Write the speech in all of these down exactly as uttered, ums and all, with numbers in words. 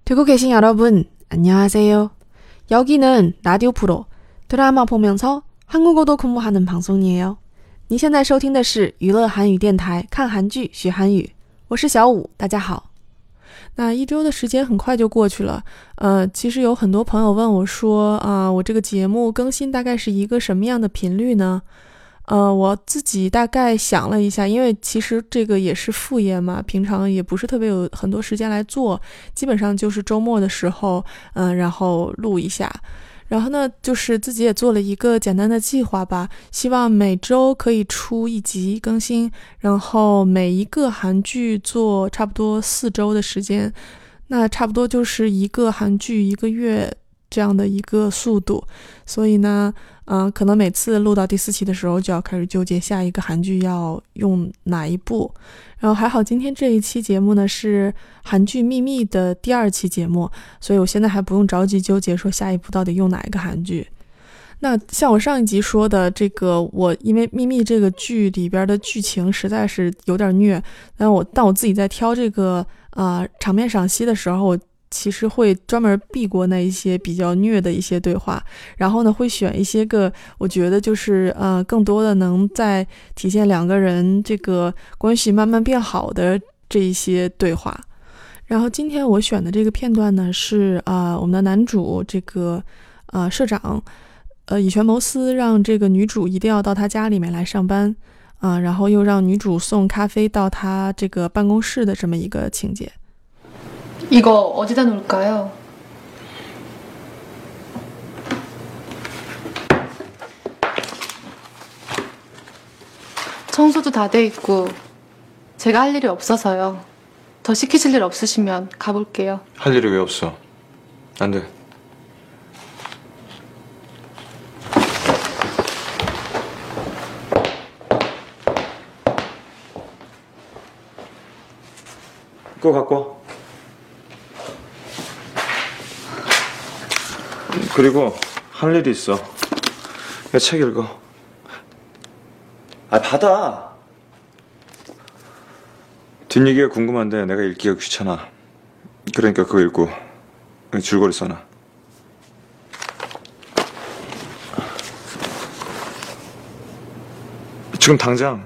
듣고 계신 여러분, 안녕하세요. 여기는 라디오 프로 드라마 보면서 한국어도 공부하는 방송이에요. 你现在收听的是娱乐韩语电台，看韩剧学韩语。我是小五，大家好。那一周的时间很快就过去了，呃，其实有很多朋友问我说，啊、呃，我这个节目更新大概是一个什么样的频率呢？呃，我自己大概想了一下，因为其实这个也是副业嘛，平常也不是特别有很多时间来做，基本上就是周末的时候，嗯、呃，然后录一下。然后呢，就是自己也做了一个简单的计划吧，希望每周可以出一集更新，然后每一个韩剧做差不多四周的时间，那差不多就是一个韩剧一个月这样的一个速度。所以呢，嗯、呃，可能每次录到第四期的时候就要开始纠结下一个韩剧要用哪一部。然后还好今天这一期节目呢是韩剧秘密的第二期节目，所以我现在还不用着急纠结说下一部到底用哪一个韩剧。那像我上一集说的这个，我因为秘密这个剧里边的剧情实在是有点虐，但我但我自己在挑这个呃场面赏析的时候，我其实会专门避过那一些比较虐的一些对话，然后呢会选一些个我觉得就是呃更多的能在体现两个人这个关系慢慢变好的这一些对话。然后今天我选的这个片段呢是呃我们的男主这个呃社长呃以权谋私，让这个女主一定要到他家里面来上班啊、呃，然后又让女主送咖啡到他这个办公室的这么一个情节。 이거 어디다 놓을까요? 청소도 다 돼 있고 제가 할 일이 없어서요. 더 시키실 일 없으시면 가볼게요. 할 일이 왜 없어? 안 돼. 그거 갖고 와. 그리고 할 일이 있어. 야, 책 읽어. 아, 받아. 뒷얘기가 궁금한데 내가 읽기가 귀찮아. 그러니까 그거 읽고 줄거리 써놔. 지금 당장.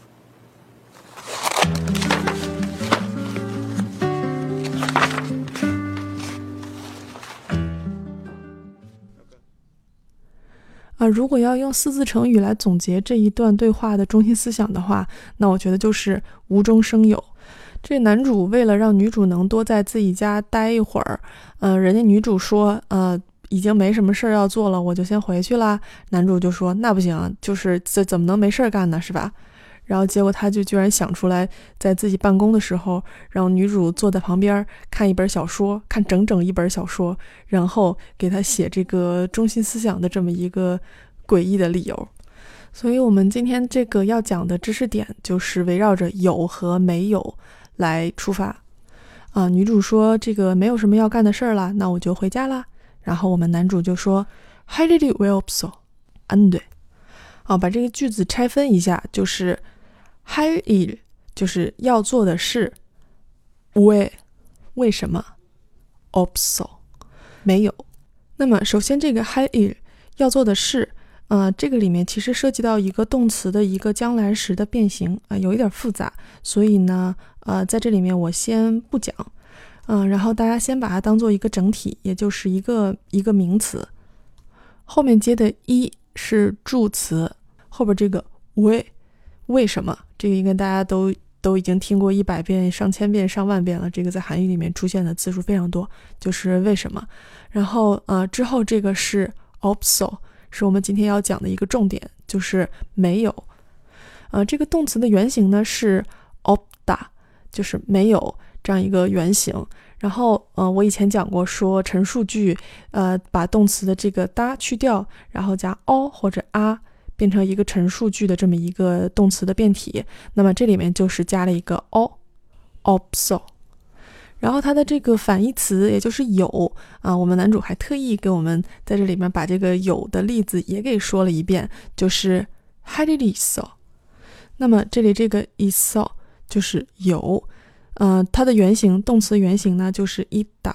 啊，如果要用四字成语来总结这一段对话的中心思想的话，那我觉得就是无中生有。这男主为了让女主能多在自己家待一会儿，呃，人家女主说，呃，已经没什么事儿要做了，我就先回去啦。男主就说，那不行，就是这怎么能没事儿干呢，是吧？然后结果他就居然想出来，在自己办公的时候，让女主坐在旁边看一本小说，看整整一本小说，然后给他写这个中心思想的这么一个诡异的理由。所以我们今天这个要讲的知识点就是围绕着有和没有来出发。啊，女主说这个没有什么要干的事儿啦，那我就回家啦。然后我们男主就说할 일이 왜 없어？안 돼。啊，把这个句子拆分一下，就是할 일就是要做的事，왜为什么，없어没有。那么首先这个할 일要做的事，呃，这个里面其实涉及到一个动词的一个将来时的变形啊、呃，有一点复杂，所以呢，呃，在这里面我先不讲，嗯、呃，然后大家先把它当做一个整体，也就是一个一个名词，后面接的一是助词，后边这个왜为什么，这个应该大家都都已经听过一百遍、上千遍、上万遍了。这个在韩语里面出现的次数非常多，就是为什么。然后呃，之后这个是없어，是我们今天要讲的一个重点，就是没有。呃，这个动词的原型呢是없다，就是没有这样一个原型。然后呃，我以前讲过说陈述句，呃，把动词的这个哒去掉，然后加어或者啊。变成一个陈述句的这么一个动词的变体，那么这里面就是加了一个어 없어。然后它的这个反义词也就是有啊，我们男主还特意给我们在这里面把这个有的例子也给说了一遍，就是할 일이 있어。那么这里这个있어就是有，呃，它的原型动词原型呢就是있다，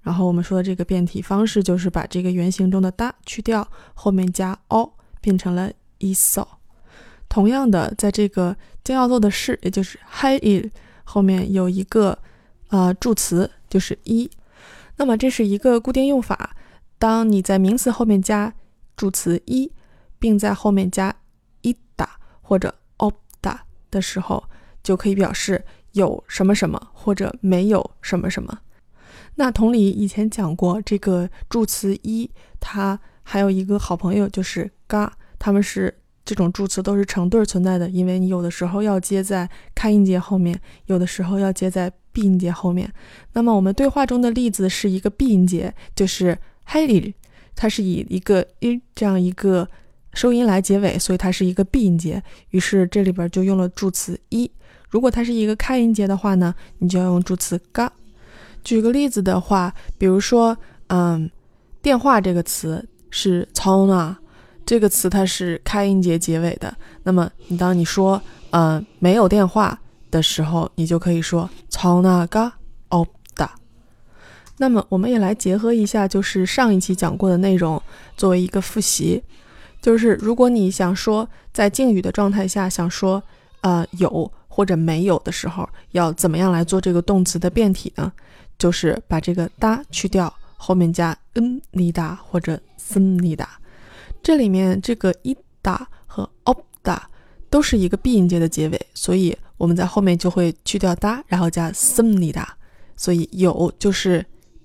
然后我们说的这个变体方式就是把这个原型中的哒去掉，后面加 o 变成了 있어。 同样的，在这个将要做的事，也就是 할 일 后面有一个呃助词，就是이。那么这是一个固定用法，当你在名词后面加助词이，并在后面加있다或者없다的时候，就可以表示有什么什么或者没有什么什么。那同理，以前讲过这个助词이，它还有一个好朋友就是가，它们是这种助词都是成对存在的，因为你有的时候要接在开音节后面，有的时候要接在闭音节后面。那么我们对话中的例子是一个闭音节，就是할 일，它是以一个일这样一个收音来结尾，所以它是一个闭音节，于是这里边就用了助词이。如果它是一个开音节的话呢，你就要用助词가。举个例子的话，比如说嗯，电话这个词是전화，这个词它是开音节结尾的，那么你当你说嗯没有电话的时候，你就可以说전화가 없다。那么我们也来结合一下就是上一期讲过的内容，作为一个复习，就是如果你想说在敬语的状态下想说呃有或者没有的时候，要怎么样来做这个动词的变体呢？就是把这个哒去掉，后面加음 니다或者씁니다。这里面这个있다和없다都是一个闭音节的结尾，所以我们在后面就会去掉哒，然后加씁니다。所以有就是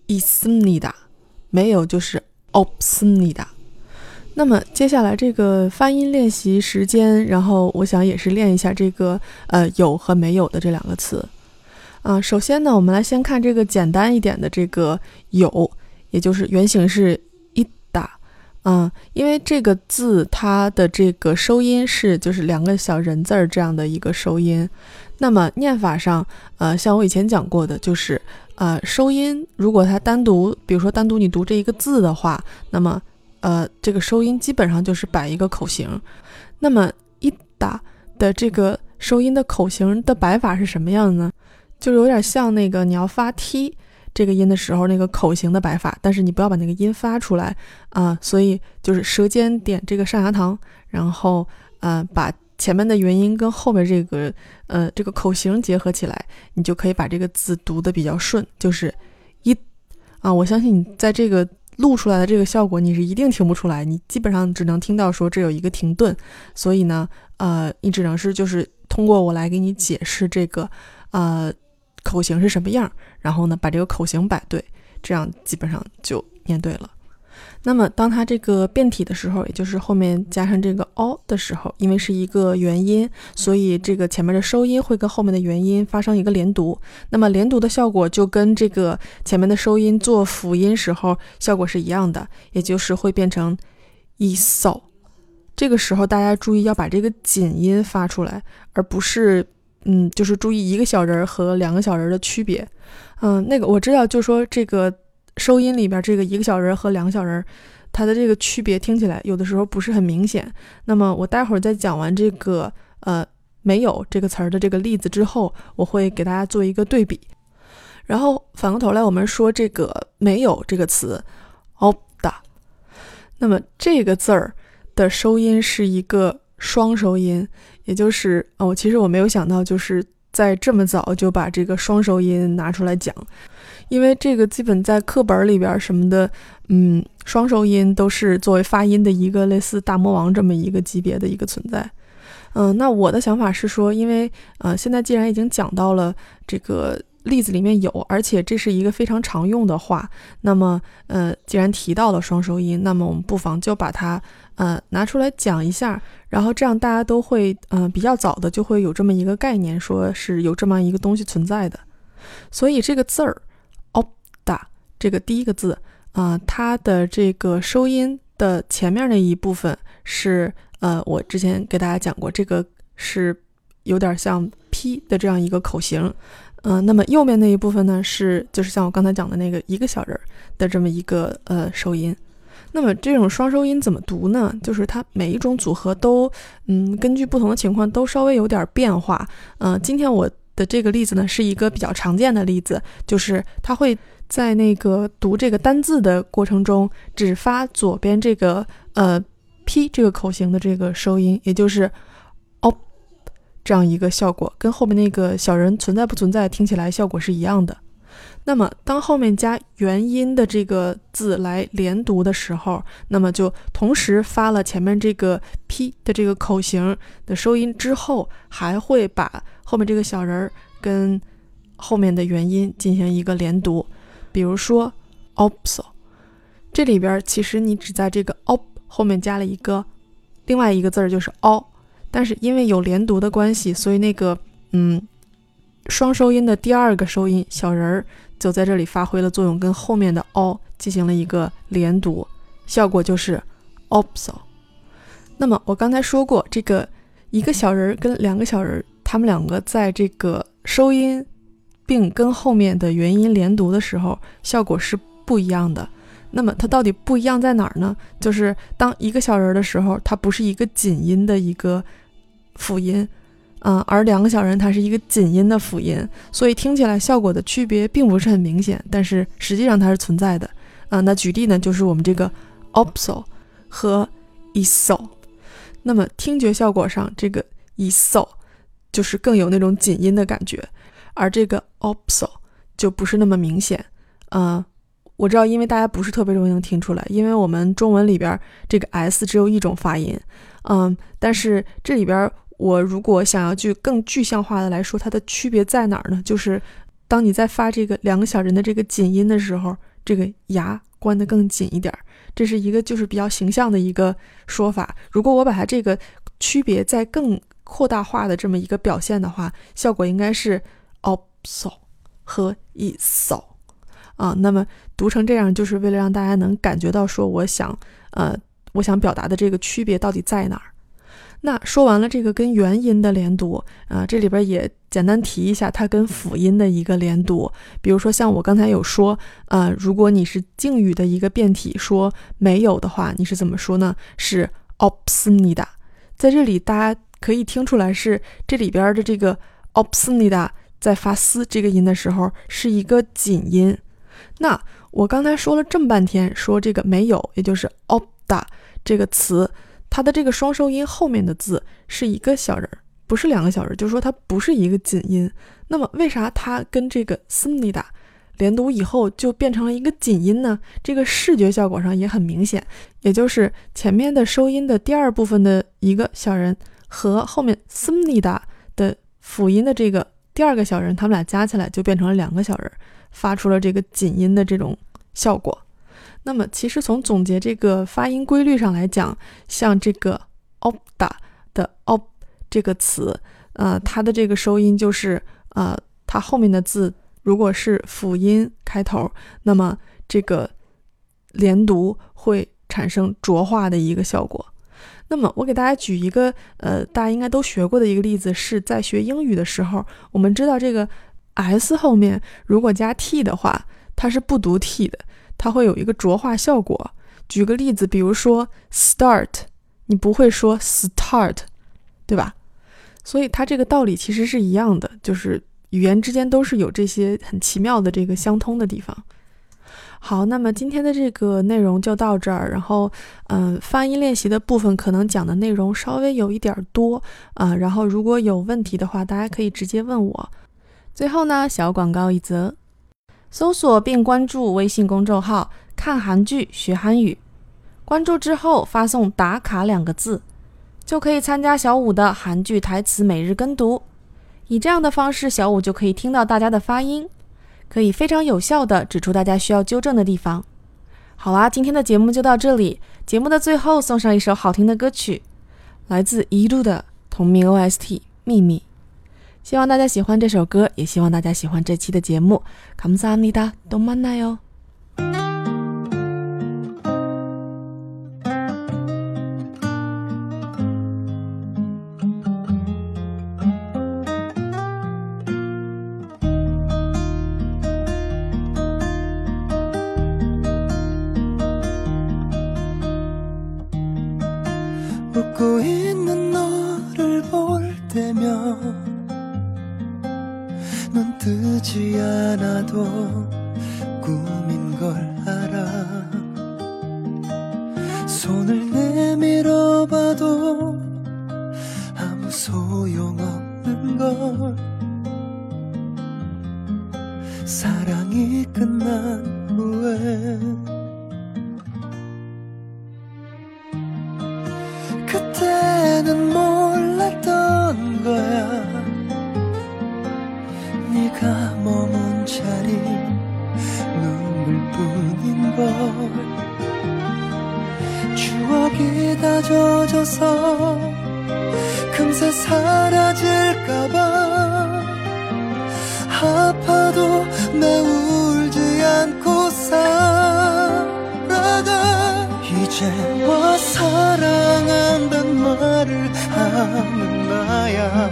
있습니다，没有就是없습니다。那么接下来这个发音练习时间，然后我想也是练一下这个呃有和没有的这两个词。啊、呃，首先呢，我们来先看这个简单一点的这个有，也就是原型是있다。嗯，因为这个字它的这个收音是就是两个小人字儿这样的一个收音。那么念法上，呃，像我以前讲过的，就是呃收音，如果它单独，比如说单独你读这一个字的话，那么呃这个收音基本上就是摆一个口型。那么있다的这个收音的口型的摆法是什么样的呢？就有点像那个你要发 t 这个音的时候那个口型的摆法，但是你不要把那个音发出来啊、呃，所以就是舌尖点这个上牙膛，然后呃把前面的元音跟后面这个呃这个口型结合起来，你就可以把这个字读得比较顺，就是一啊，我相信你在这个录出来的这个效果你是一定听不出来，你基本上只能听到说这有一个停顿，所以呢呃你只能是就是通过我来给你解释这个呃口型是什么样，然后呢把这个口型摆对，这样基本上就念对了。那么当它这个变体的时候，也就是后面加上这个 o 的时候，因为是一个元音，所以这个前面的收音会跟后面的元音发生一个连读，那么连读的效果就跟这个前面的收音做辅音时候效果是一样的，也就是会变成 있어。 这个时候大家注意要把这个紧音发出来，而不是嗯，就是注意一个小人和两个小人的区别。嗯，那个我知道，就说这个收音里边这个一个小人和两个小人，它的这个区别听起来有的时候不是很明显。那么我待会儿在讲完这个呃没有这个词儿的这个例子之后，我会给大家做一个对比。然后反过头来我们说这个没有这个词 없다， 那么这个字儿的收音是一个双收音，也就是哦，其实我没有想到就是在这么早就把这个双收音拿出来讲，因为这个基本在课本里边什么的，嗯，双收音都是作为发音的一个类似大魔王这么一个级别的一个存在。嗯，那我的想法是说，因为呃，现在既然已经讲到了这个例子里面有，而且这是一个非常常用的话，那么呃，既然提到了双收音，那么我们不妨就把它呃拿出来讲一下，然后这样大家都会呃比较早的就会有这么一个概念，说是有这么一个东西存在的。所以这个字儿 없다 这个第一个字啊、呃，它的这个收音的前面那一部分是呃我之前给大家讲过，这个是有点像 P 的这样一个口型。嗯、呃，那么右面那一部分呢是就是像我刚才讲的那个一个小人的这么一个呃收音。那么这种双收音怎么读呢？就是它每一种组合都嗯根据不同的情况都稍微有点变化。嗯、呃，今天我的这个例子呢，是一个比较常见的例子，就是它会在那个读这个单字的过程中，只发左边这个呃 p 这个口型的这个收音，也就是 op 这样一个效果，跟后面那个小人存在不存在听起来效果是一样的。那么当后面加元音的这个字来连读的时候，那么就同时发了前面这个 p 的这个口型的收音之后，还会把后面这个小人跟后面的元音进行一个连读。比如说 opso， 这里边其实你只在这个 op 后面加了一个另外一个字就是 o， 但是因为有连读的关系，所以那个嗯双收音的第二个收音小人儿就在这里发挥了作用，跟后面的 o 进行了一个连读，效果就是 opso。 那么我刚才说过，这个一个小人跟两个小人，他们两个在这个收音并跟后面的元音连读的时候，效果是不一样的。那么它到底不一样在哪儿呢？就是当一个小人的时候，它不是一个紧音的一个辅音，嗯，而两个小人它是一个紧音的辅音，所以听起来效果的区别并不是很明显，但是实际上它是存在的。嗯，那举例呢，就是我们这个 opso 和 iso。那么听觉效果上，这个 iso 就是更有那种紧音的感觉，而这个 opso 就不是那么明显。嗯，我知道，因为大家不是特别容易能听出来，因为我们中文里边这个 s 只有一种发音。嗯，但是这里边我如果想要去更具象化的来说，它的区别在哪儿呢？就是当你在发这个两个小人的这个紧音的时候，这个牙关得更紧一点，这是一个就是比较形象的一个说法。如果我把它这个区别再更扩大化的这么一个表现的话，效果应该是 opso 和 iso 啊。那么读成这样，就是为了让大家能感觉到说我想呃我想表达的这个区别到底在哪儿。那说完了这个跟元音的连读啊、呃，这里边也简单提一下它跟辅音的一个连读。比如说像我刚才有说呃，如果你是敬语的一个变体说没有的话，你是怎么说呢？是 opsnida。 在这里大家可以听出来是这里边的这个 opsnida 在发斯这个音的时候是一个紧音。那我刚才说了这么半天，说这个没有，也就是 opda 这个词，它的这个双收音后面的字是一个小人，不是两个小人，就是说它不是一个紧音。那么为啥它跟这个 snida 连读以后就变成了一个紧音呢？这个视觉效果上也很明显，也就是前面的收音的第二部分的一个小人和后面 snida 的辅音的这个第二个小人，他们俩加起来就变成了两个小人，发出了这个紧音的这种效果。那么其实从总结这个发音规律上来讲，像这个 opda 的 op 这个词，呃，它的这个收音就是呃，它后面的字如果是辅音开头，那么这个连读会产生浊化的一个效果。那么我给大家举一个呃，大家应该都学过的一个例子，是在学英语的时候，我们知道这个 s 后面如果加 t 的话，它是不读 t 的，它会有一个浊化效果。举个例子，比如说 start， 你不会说 start， 对吧？所以它这个道理其实是一样的，就是语言之间都是有这些很奇妙的这个相通的地方。好，那么今天的这个内容就到这儿。然后，嗯、呃，发音练习的部分可能讲的内容稍微有一点多啊、呃，然后如果有问题的话，大家可以直接问我。最后呢，小广告一则，搜索并关注微信公众号“看韩剧学韩语”，关注之后发送“打卡”两个字，就可以参加小五的韩剧台词每日跟读。以这样的方式，小五就可以听到大家的发音，可以非常有效地指出大家需要纠正的地方。好啦，今天的节目就到这里。节目的最后送上一首好听的歌曲，来自一路的同名 O S T《秘密》。希望大家喜欢这首歌，也希望大家喜欢这期的节目。감사합니다。또 만나요。 웃고 있는 너를 볼 때면 하지 않아도 꿈인 걸 알아. 손을 내밀어봐도 아무 소용없는 걸. 사랑이 끝난 후에 그때는 몰랐던 거야. 네가 머문 자리 눈물뿐인 걸. 추억이 다 젖어서 금세 사라질까봐 아파도 나 울지 않고 살아가. 이제와 사랑한단 말을 하는 나야.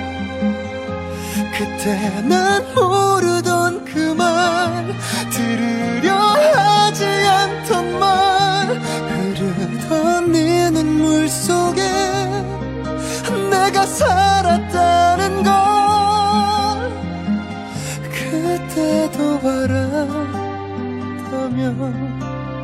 그때 난 모르던 그 말, 들으려 하지 않던 말, 흐르던 네 눈물 속에 내가 살았다는 걸. 그때도 알았다면.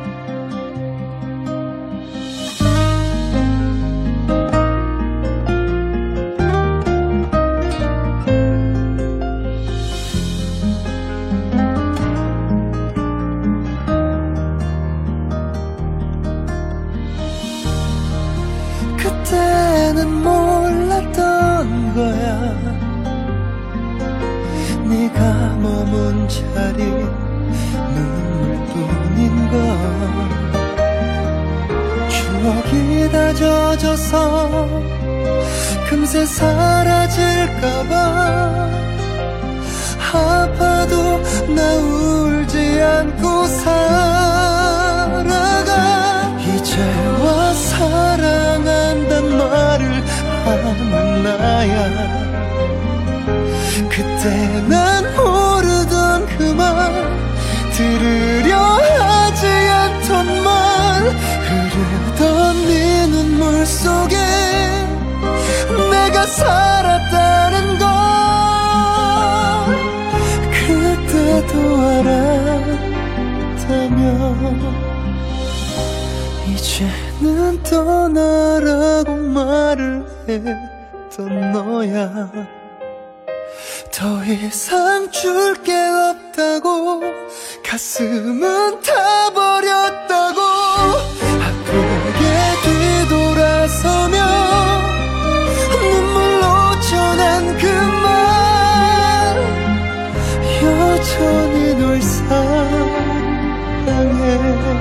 그때는 몰랐던 거야. 네가 머문 자리 눈물뿐인 걸. 추억이 다 젖어서 금세 사라질까봐 아파도 나 울지 않고 살아가. 이제와 사랑한단 말을 하는 나야. 그때 난 모르던 그 말, 들으려 하지 않던 말, 흐르던 네 눈물 속에 내가 살았다는 걸. 그때도 알았다면. 이제는 떠나라고 말을 했던 너야. 더 이상 줄 게 없다고 가슴은 타버렸다고. 아프게 뒤돌아서며 눈물로 전한 그 말, 여전히 널 사랑해.